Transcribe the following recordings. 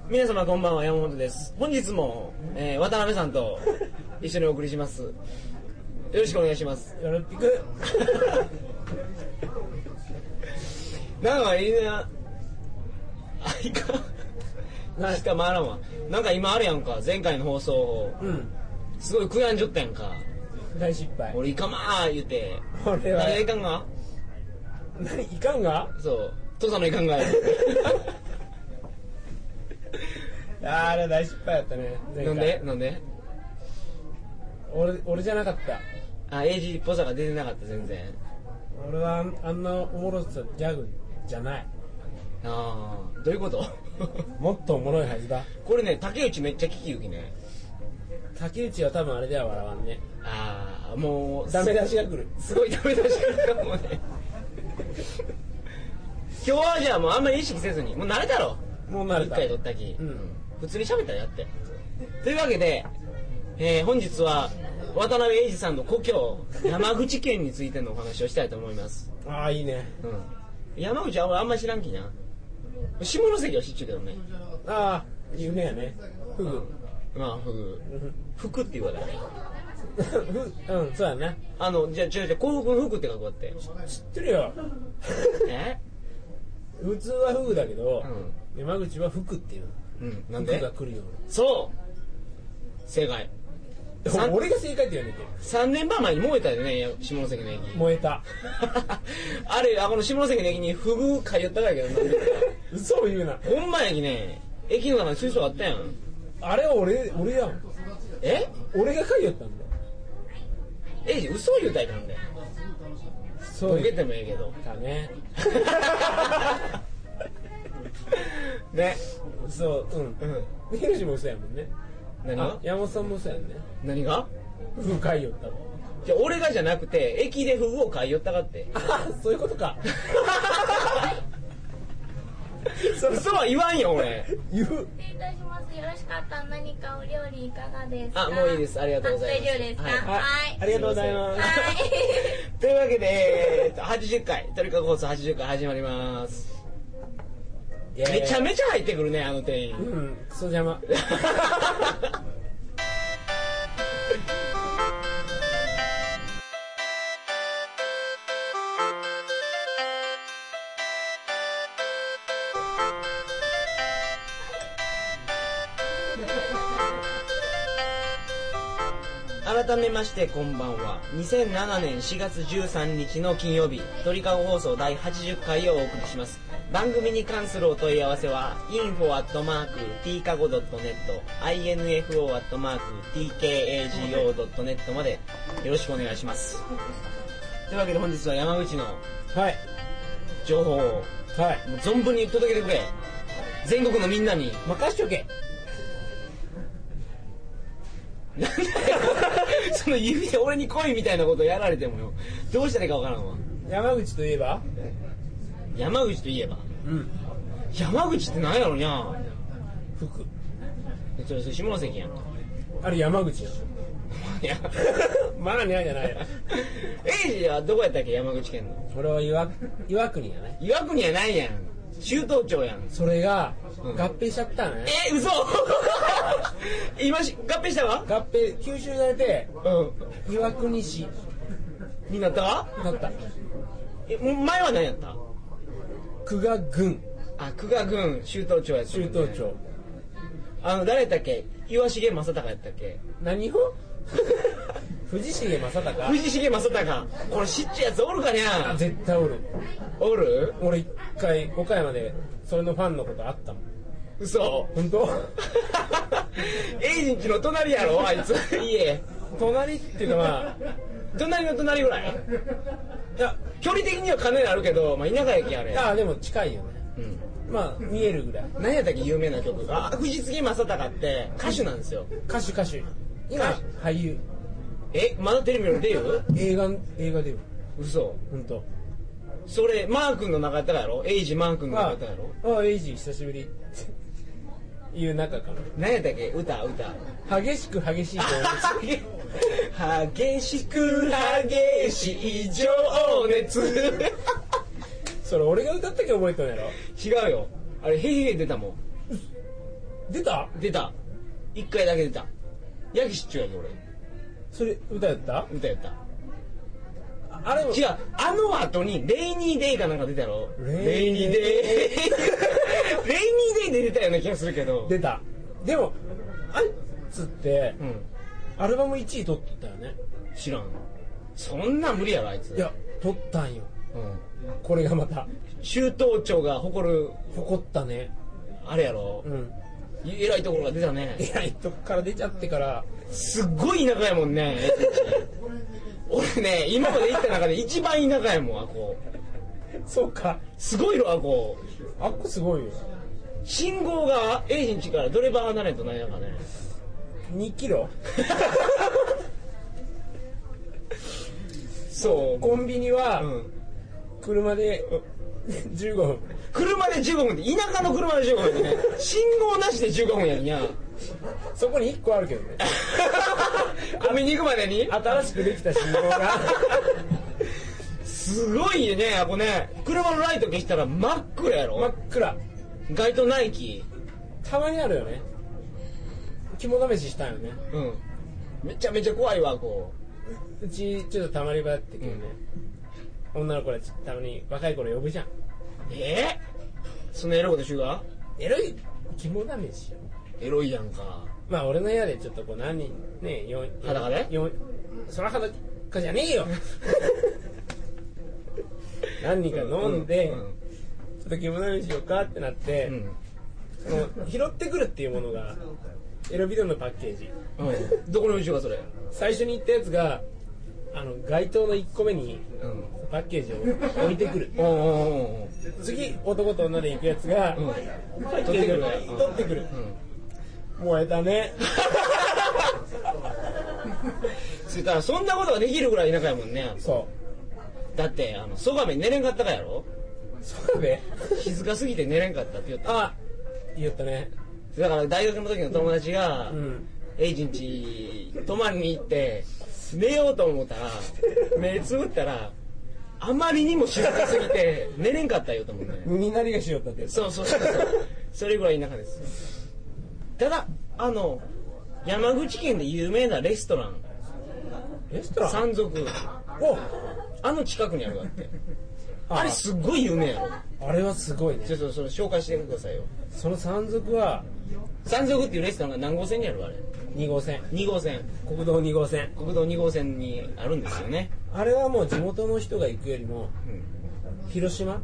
皆様こんばんは、山本です。本日も、渡辺さんと一緒にお送りします。よろしくお願いします。 よろぴくなんかいいな。いかんしか回らんわ。なんか今あるやんか、前回の放送、すごい悔やんじょったやんか。 大失敗。 俺いかまー言うて。 俺は何がいかんが？ 何いかんが？ そう、父さんのいかんがあれ大失敗やったね。 なんで俺じゃなかった。 エイジっぽさが出てなかった。全然俺はあんなおもろさギャグじゃない。 どういうこともっとおもろいはずだ。 これね、竹内めっちゃ聞きゆきね。竹内は多分あれでは笑わんね。 もうダメ出しが来る。 すごいダメ出しが来るかもね今日はじゃあもうあんまり意識せずに、もう慣れたろ。 もう慣れた。 一回撮ったき、普通に喋ったらやって。というわけで、本日は渡辺英二さんの故郷山口県についてのお話をしたいと思います。 いいね。 山口は俺あんまり知らんきな。下関は知っちゅうけどね。 有名やね。フグ。 福って言われる。 そうやね。 じゃあ幸福の福って書くわって。 知ってるよ。普通はフグだけど、山口は福っていう。 なんで？ 福が来るような。 そう。正解。 俺が正解って言わねえけど。3年半前に燃えたよね、下関の駅。 燃えた。 あれ、この下関の駅にフグ通っただけど、 嘘を言うな。 ほんまやきね、駅の中に水槽あったやん。 あれは俺やん。俺が書いよったんだよ。 嘘言うたいなんだよ。ボケてもええけど。 だね。 ね。 そう、ヒロシも嘘やもんね。 何が？ 山本さんも嘘やんね。 何が？ フグ買いよったの。 じゃ俺がじゃなくて、駅でフグを買いよったかって。 そういうことか。 嘘は言わんよ俺。 言う。 失礼いたします。よろしかったら何かお料理いかがですか？ もういいです。ありがとうございます。 大丈夫ですか？はい。 ありがとうございます。 というわけで、80回、トリカゴ放送80回始まります。めちゃめちゃ入ってくるね、あの店員。 クソ邪魔。 改めましてこんばんは。2007年4月13日の金曜日、鳥かご放送第80回をお送りします。番組に関するお問い合わせは info@tkago.net info@tkago.net までよろしくお願いします。というわけで本日は山口の情報を、もう存分に届けてくれ。全国のみんなに任しとけ。 なんだよその指で俺に来いみたいなことやられてもよ、どうしたらいいかわからんわ。 山口といえば山口といえば、山口って何やろにゃ。 福。 それ下関やん。 あれ山口やん。 いやまあにゃじゃないよ。 エイジはどこやったっけ、山口県の。 それは岩国やね。 岩国やないやん、州東町やん。 それが合併しちゃったね。 嘘今合併したわ。 合併吸収されて、岩国市になったわ。 なった。 前は何やった？ 久我郡。 久我郡州東町やった、ね。 州東町。 誰やったっけ、岩重正隆やったっけ。 何を藤重正隆。 藤重正隆、これ知っちゃうやつおるかにゃ。 絶対おる。 おる？ 俺一回岡山でそれのファンのことあったもん。 嘘？ 本当？ エイジンちの隣やろあいつ。家隣っていうか隣の隣ぐらい。いや距離的にはかなりあるけど、田舎駅あれ。 でも近いよね。見えるぐらい。 何やったっけ、有名な曲。藤重正隆って歌手なんですよ。 歌手。今俳優。 まだテレビの出る？ 映画出る。 嘘？ 本当。 それマー君の中やったやろ。エイジマー君の中やったやろ。 エイジ久しぶりっていう中かな。 何やったっけ、歌。 激しく激しい情熱。激しく激しい情熱。 それ俺が歌ったっけ覚えたんやろ。 違うよ、あれヘヘヘ出たもん。 出た 1回だけ出た。ヤギ知っちゅうやけ俺。 それ歌やった？ 歌やった。 あれも違う、あの後にレイニーデイかなんか出たやろ。レイニーデイレイニーデイで出たような気がするけど。 出た。でもあいつって、アルバム1位取ってたよね。 知らん。そんなん無理やろあいつ。 いや取ったんよ。これがまた州東町が誇ったね。 あれやろ。偉いところが出たね。 偉いとこから出ちゃってからすっごい田舎やもんね。俺ね今まで行った中で一番田舎やもん。あこそうか。 すごいろあこすごいよ。 信号がエイジンチからどれば離れんとないやかね。 2キロそうコンビニは車で15分。 車で15分って田舎の車で15分ってね。信号なしで15分やんや。 そこに1個あるけどね。 コンビニ行くまでに新しくできた信号がすごいね。あこね車のライト消したら真っ暗やろ。 真っ暗。 街灯ないき。 たまにあるよね。肝試ししたよね。 めちゃめちゃ怖いわこうちちょっとたまり場やってけどね、女の子たちたまに若い頃呼ぶじゃん。 そんなエロいことしゅうが。 エロい肝試しよ。 エロいやんか。 まあ俺の部屋でちょっとこう何人ね裸でそら裸じゃねえよ何人か飲んで、ちょっと肝試ししようかってなって、その拾ってくるっていうものがエロビデオのパッケージ。 どこのうちがそれ。 最初に言ったやつが街灯の1個目にパッケージを置いてくる。次男と女で行くやつがパッケージを取ってくる。燃えたね。 そんなことができるぐらい田舎やもんね。 そうだって曽我部寝れんかったかやろ。 曽我部静かすぎて寝れんかったって言った。 言ったね。 だから大学の時の友達がエイジンチ泊まりに行って寝ようと思ったら目つぶったらあまりにも静かすぎて寝れんかったよと思うね。 耳鳴りがしよったって。 そうそれぐらい田舎です。ただ山口県で有名なレストラン山賊近くにあるわって。あれすっごい有名やろ。 あれはすごいね。 ちょっとそれ紹介してくださいよ。 その山賊は山賊っていうレストランが何号線にあるあれ。 2号線。 2号線。 国道2号線。 国道2号線にあるんですよね。 あれはもう地元の人が行くよりも、広島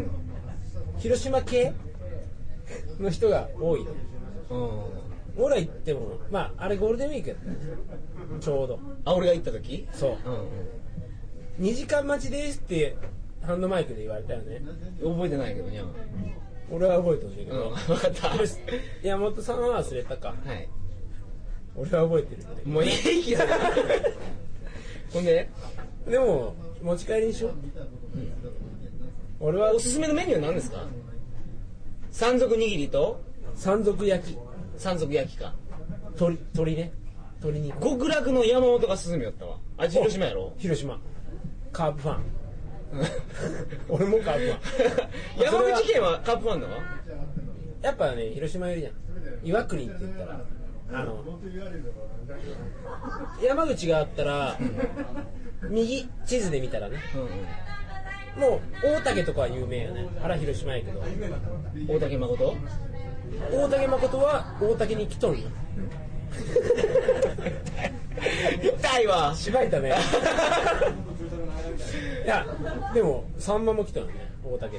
系の人が多いね。俺ら行ってもあれゴールデンウィークやったね。ちょうど。 俺が行った時。 そう2時間待ちですってハンドマイクで言われたよね。 覚えてないけどね。 俺は覚えてほしいけど。 分かった。 山本さんは忘れたか。俺は覚えてるね。 もういい気だ。ほんでも持ち帰りにしよう。俺はおすすめのメニューは何ですか。山賊握りと山賊焼き。 山賊焼きか。 鶏ね。鶏肉。 極楽の山本が勧めよったわ。あっち広島やろ。 広島カープファン。俺もカープファン。 山口県はカープファンだわ。 やっぱね広島よりじゃん。岩国って言ったら山口があったら右地図で見たらね、もう大竹とかは有名よね。広島やけど大竹誠は大竹に来とんよ。 痛いわ。 しばいたね。いやでもサンマも来たよね大竹って。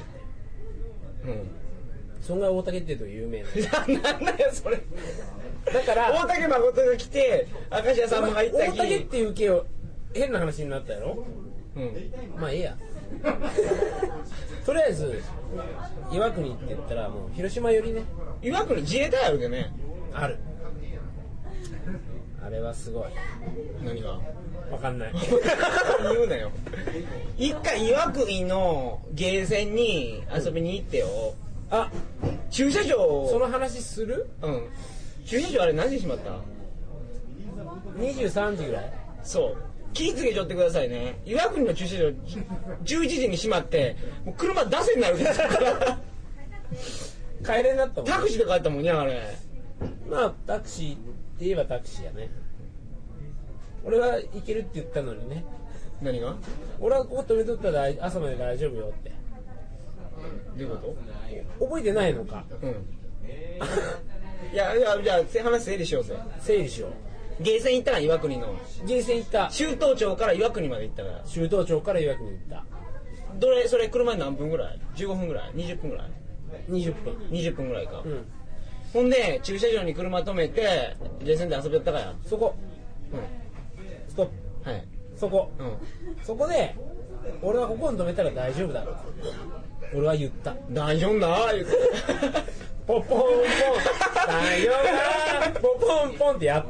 そんな大竹って言うと有名な。 なんだよそれ。 だから大竹誠が来て明石家さんまが行った日大竹っていう系を変な話になったやろ。まあいいや。とりあえず岩国って言ったらもう広島寄りね。 岩国自衛隊あるけどね。 ある。あれはすごい。 何がわかんない。 言うなよ。一回岩国のゲーセンに遊びに行ってよ。駐車場。 その話する？ 駐車場あれ何時に閉まった？ 23時ぐらい。 そう。気ぃつけちょってくださいね。岩国の駐車場11時に閉まってもう車出せになるんですから。 帰れになったもん、ね。 タクシーで帰ったもんねあれ。 まあタクシーって言えばタクシーやね。俺は行けるって言ったのにね。 何が？ 俺はここ止めとったら朝まで大丈夫よって。 どういうこ覚えてないのか。 と？いやじゃあ話整理しようぜ。 整理しよう。 ゲーセン行ったら岩国の。 ゲーセン行った。 周東町から岩国まで行ったから。 周東町から岩国に行った。 それ車で何分ぐらい？15分ぐらい？20分ぐらい ？20分。 20分ぐらいか。 うん。 ほんで駐車場に車止めてゲーセンで遊びよったかや。 そこ。ストップ。 はい。 そこ。そこで俺はここに止めたら大丈夫だろう。俺は言った。 大丈夫だ言って。 ポポンポン大丈夫だポポンポンってやった。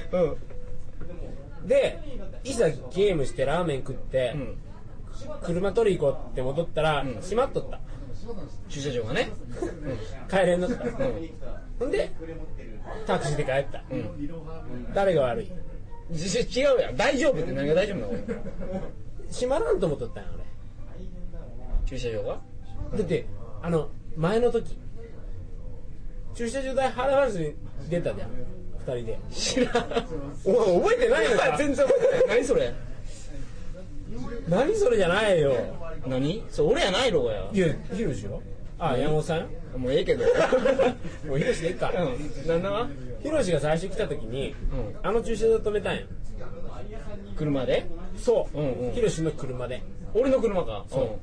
でいざゲームしてラーメン食って、車取り行こうって戻ったら、閉まっとった。 駐車場がね。 帰れんのった。ほんでタクシーで帰った。誰が悪い？ 違うやん。大丈夫って何が大丈夫なの？ 閉まらんと思っとったんや俺。 駐車場が？ だって前の時駐車場代払わずに出たじゃん2人で。 知らん。 お前覚えてないのか？ 全然覚えてない。何それ？ 何それじゃないよ。 何？それ俺やないろや。 いやヒロシよ。あ山本さんよ。 もうええけど。 もうヒロシでいいか。 なんだわ？ ヒロシが最初来た時に、駐車場止めたんよ。 車で？ そう。ヒロシの車で。 俺の車か。 そう。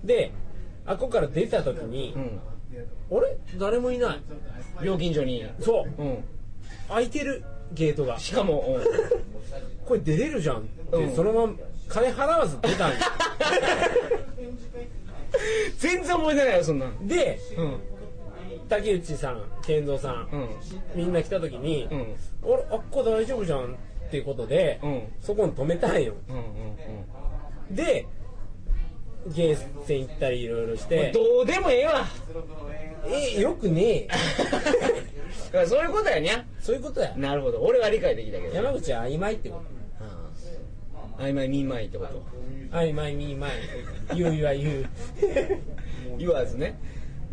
であっこから出た時に、あれ誰もいない。 料金所に。 そう。開いてるゲートが。 しかも、 これ出れるじゃんって、そのまま金払わず出たんよ。 全然覚えてないよそんなんで、竹内さん健三さん、みんな来た時に、あれあっこ大丈夫じゃんっていうことで、そこに止めたんよ。でゲーセン行ったりいろいろして。 どうでもええわ。 よくねえ。 そういうことやにゃ。 そういうことや。 なるほど。俺は理解できたけど。 山口は曖昧ってこと。 曖昧ミーマイってこと。 曖昧ミーマイ。言うは言う。 言わずね。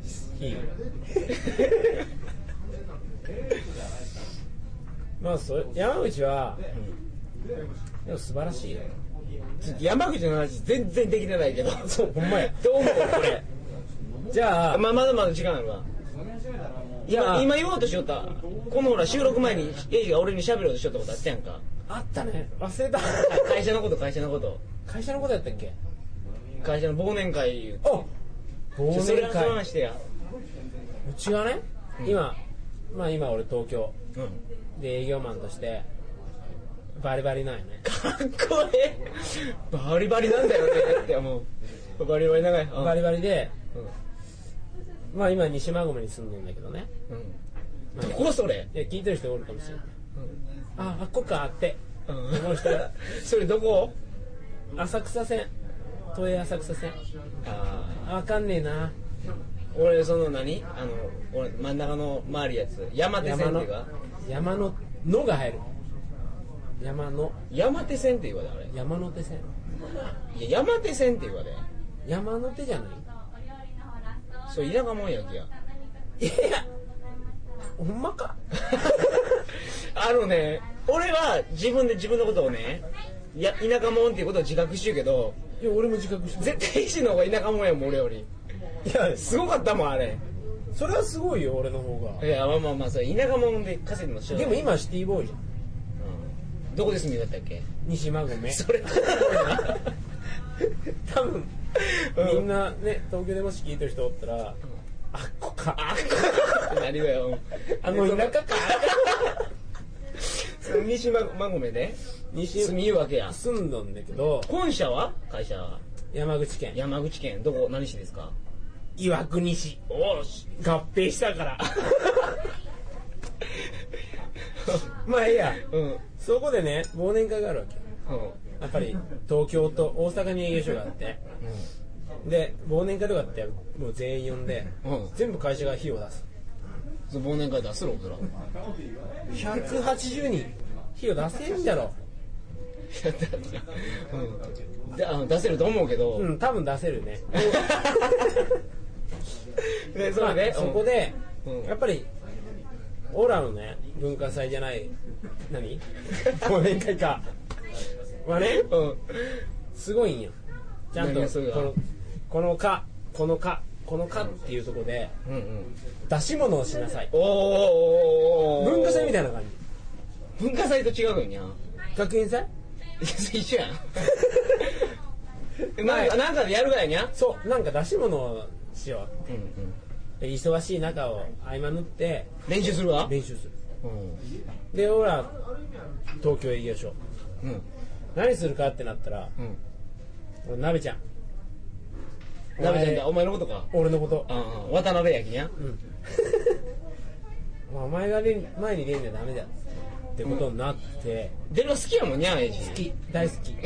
まあ山口は、でも素晴らしいよ。 山口の話全然できてないけど。 そうほんまや。 どう思うこれ。 じゃあまだまだ時間あるわ。今言おうとしよった。このほら収録前にエイジが俺に喋ろうとしよったことあったやんか。 あったね。忘れた。 会社のこと。 会社のことやったっけ？ 会社の忘年会。 忘年会。 それ話してや。 うちはね、今俺東京で営業マンとしてバリバリなんよね。 かっこいい。バリバリなんだよねってもうバリバリ長い。 バリバリで、まあ今西馬込に住んでるんだけどね。 どこそれ？ いや聞いてる人おるかもしれない。あっこかって思う人。 それどこ？ 浅草線。都営浅草線。わかんねえな。 俺その何？俺真ん中の回るやつ。山手線っていうか？ 山のが入る。 山手線って言われあれ。 山手線。 いや山手線って言われ。 山手じゃない？ そう田舎もんやきや。 いやほんまか。 俺は自分で自分のことをね、いや田舎もんっていうことを自覚してるけど。 いや俺も自覚してる。 絶対石の方が田舎もんやもん俺より。いやすごかったもんあれ。 それはすごいよ俺の方が。 いやまあそれ田舎もんで稼いでもしょうがない。 でも今シティボーイじゃん。 どこで住みだったっけ？西馬込。 それ多分みんなね東京でもし聞いてる人おったら、あっこかってなるよ。 田舎か。 西馬込で住みゆうわけや。 住んどんだけど。 本社は？会社は？ 山口県。 どこ？何市ですか？ 岩国市。 おし合併したから。まあいいや。そこでね忘年会があるわけ。やっぱり東京と大阪に営業所があって、で忘年会とかってもう全員呼んで、全部会社が費用出す。 忘年会出すろそら。 180人費用出せるんだろ。 出せると思うけど。 多分出せるね。 でそれで、 そこでやっぱりオラのね文化祭じゃない何忘年会かはね、すごいんよ。ちゃんとこのかっていうところで、出し物をしなさい。文化祭みたいな感じ。文化祭と違うよにゃ。 学園祭一緒やん。なんかでやるがやにゃ。 そう、なんか出し物をしよう。忙しい中を合間縫って練習するわ。 練習する。で、ほら東京営業所。何するかってなったら、俺なべちゃん。 なべちゃんってお前のことか。 俺のこと。 渡辺やきにゃ。 お前が前に出んじゃダメだってことになって。 出るの好きやもんにゃ、エイジ。 好き、大好き。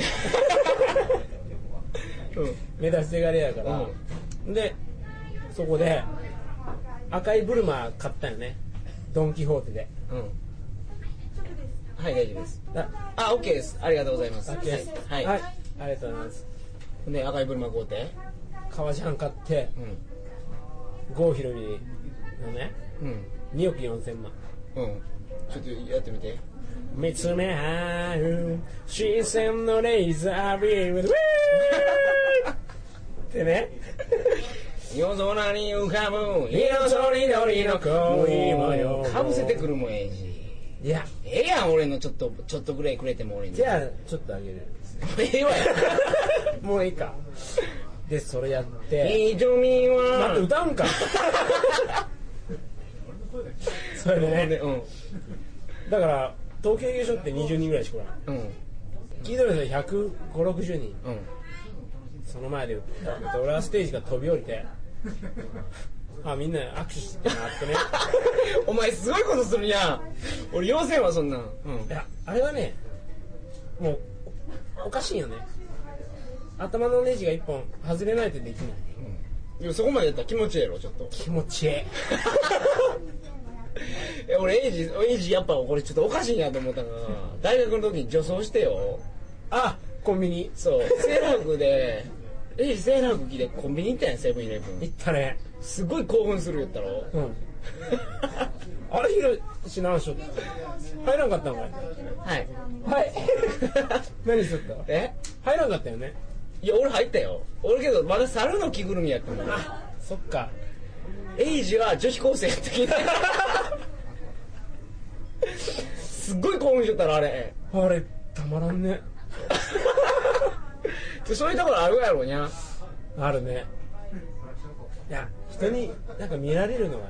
目指してがれやから。で、そこで赤いブルマ買ったよね。ドンキホーテで。 はい、大丈夫です。OK です。ありがとうございます。 はい、ありがとうございます。 で、赤いブルマ買うて革ジャン買って、郷ひろみのね、2億4000万。 ちょっとやってみて。 見つめ合う視線のレーザービームってね。 夜空に浮かぶ色とりどりの恋模様。 かぶせてくるもん、エイジ。 いや、 やん、俺のちょっとぐらいくれても俺に。 じゃあちょっとあげる。 わや。 もういいか。でそれやって。 瞳は。 待って歌うんか。それでね。だから東京営業所って20人ぐらいしかおらん。聞いてる人150、60人。その前で歌って、俺はステージから飛び降りて。みんな握手してなってね。 お前すごいことするやん。俺要せんわそんなん。 いや、あれはね、もうおかしいよね。頭のネジが一本外れないとできない。 でもそこまでやったら気持ちいいやろ、ちょっと。 気持ちいい。 俺エイジやっぱこれちょっとおかしいなと思ったから、大学の時に女装してよ。 コンビニ。 そう、セーラー服で。エイジセーラー服着てコンビニ行ったんや、セブンイレブン。 行ったね。 すごい興奮するやったろ。 あれひろしなしょ入らんかったのかい。はい何しとった。入らんかったよね。 いや俺入ったよ。俺けどまだ猿の着ぐるみやったもん。 そっか。 エイジは女子高生やったきすっごい興奮しとったらあれたまらんね。 そういうところあるやろうにゃ。 あるね。いや、人になんか見られるのはね、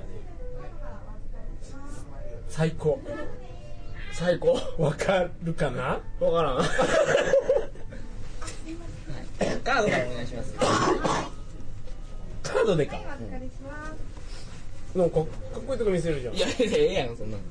最高。わかるかな。 わからん。カードからお願いします。 カードでか。もうかっこいいとこ見せるじゃん。 いやええやんそんな。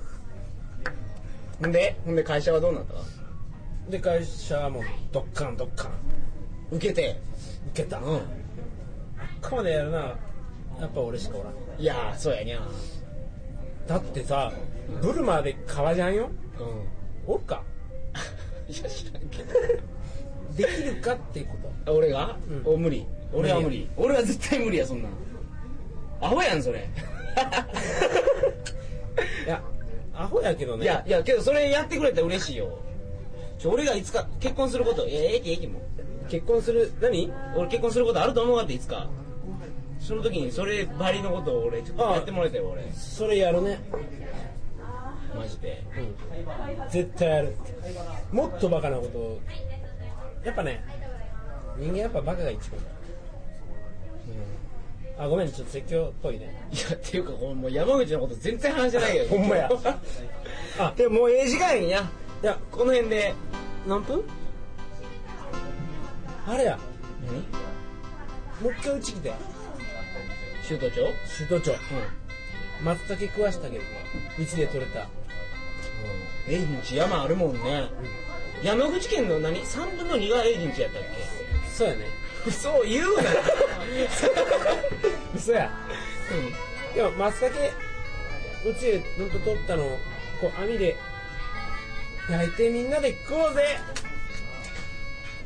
ほんで会社はどうなった？ で会社はもうドッカン受けた。あっこまでやるな。やっぱ俺しかおらん。 いやそうやにゃ。 だってさ、ブルマーで革ジャンよ。おるか。 いや知らんけど。 できるかっていうこと。 俺が？無理。俺は無理。俺は絶対無理やそんなん。アホやんそれ。 いやアホやけどね。 いやけどそれやってくれたら嬉しいよ。俺がいつか結婚すること、も結婚する俺結婚することあると思うかっていつか。その時にそればりのことを俺ちょっとやってもらいたいよ俺。 それやるね。 マジで。 絶対やる。もっとバカなことを。やっぱね、人間やっぱバカが一番。ごめんちょっと説教っぽいね。 いやっていうかもう山口のこと全然話してないけど。 ほんまや。 でももう時間やんや。いやこの辺で何分？あれや。もう一回うち来て。 シュート長。 松茸食わしたけど道で取れた。 エイジンチ山あるもんね。山口県の3分の2がエイジンチやったっけ？ そうやね。 そう言うな。 嘘や。でも松茸うちでほんと取ったのをこう網で焼いてみんなで食おうぜ。 お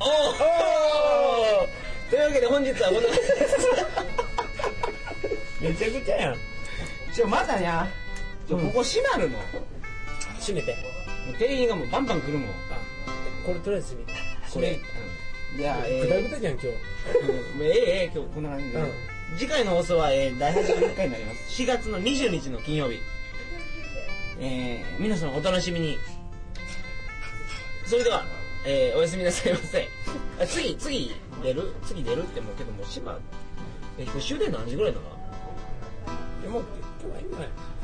というわけで本日はこのめちゃくちゃやん。 またにゃ。 ここ閉まるの。 閉めて。 もう店員がもうバンバン来るもん。 これとりあえず閉めて。 これ、いや、 ぐだぐだじゃん今日。 今日こんな感じで。次回の放送は第80回になります。4月の20日の金曜日。皆さんお楽しみに。それでは、おやすみなさいませ。次出るってもうけどもうこれ終電何時ぐらいだな。 もう今日はいいんじゃない？